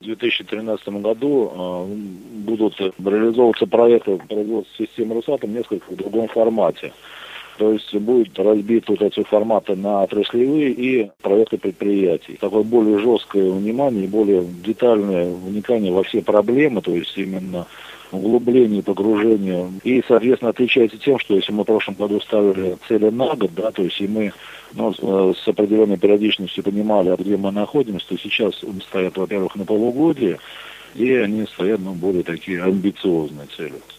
2013 году будут реализовываться проекты производства системы Росатом несколько в другом формате. То есть будет разбит вот эти форматы на отраслевые и проекты предприятий. Такое более жесткое внимание, более детальное вникание во все проблемы, то есть именно углубление, погружение. И, соответственно, отличается тем, что если мы в прошлом году ставили цели на год, да, то есть и мы с определенной периодичностью понимали, где мы находимся, то сейчас стоят, во-первых, на полугодие, и они стоят более такие амбициозные цели.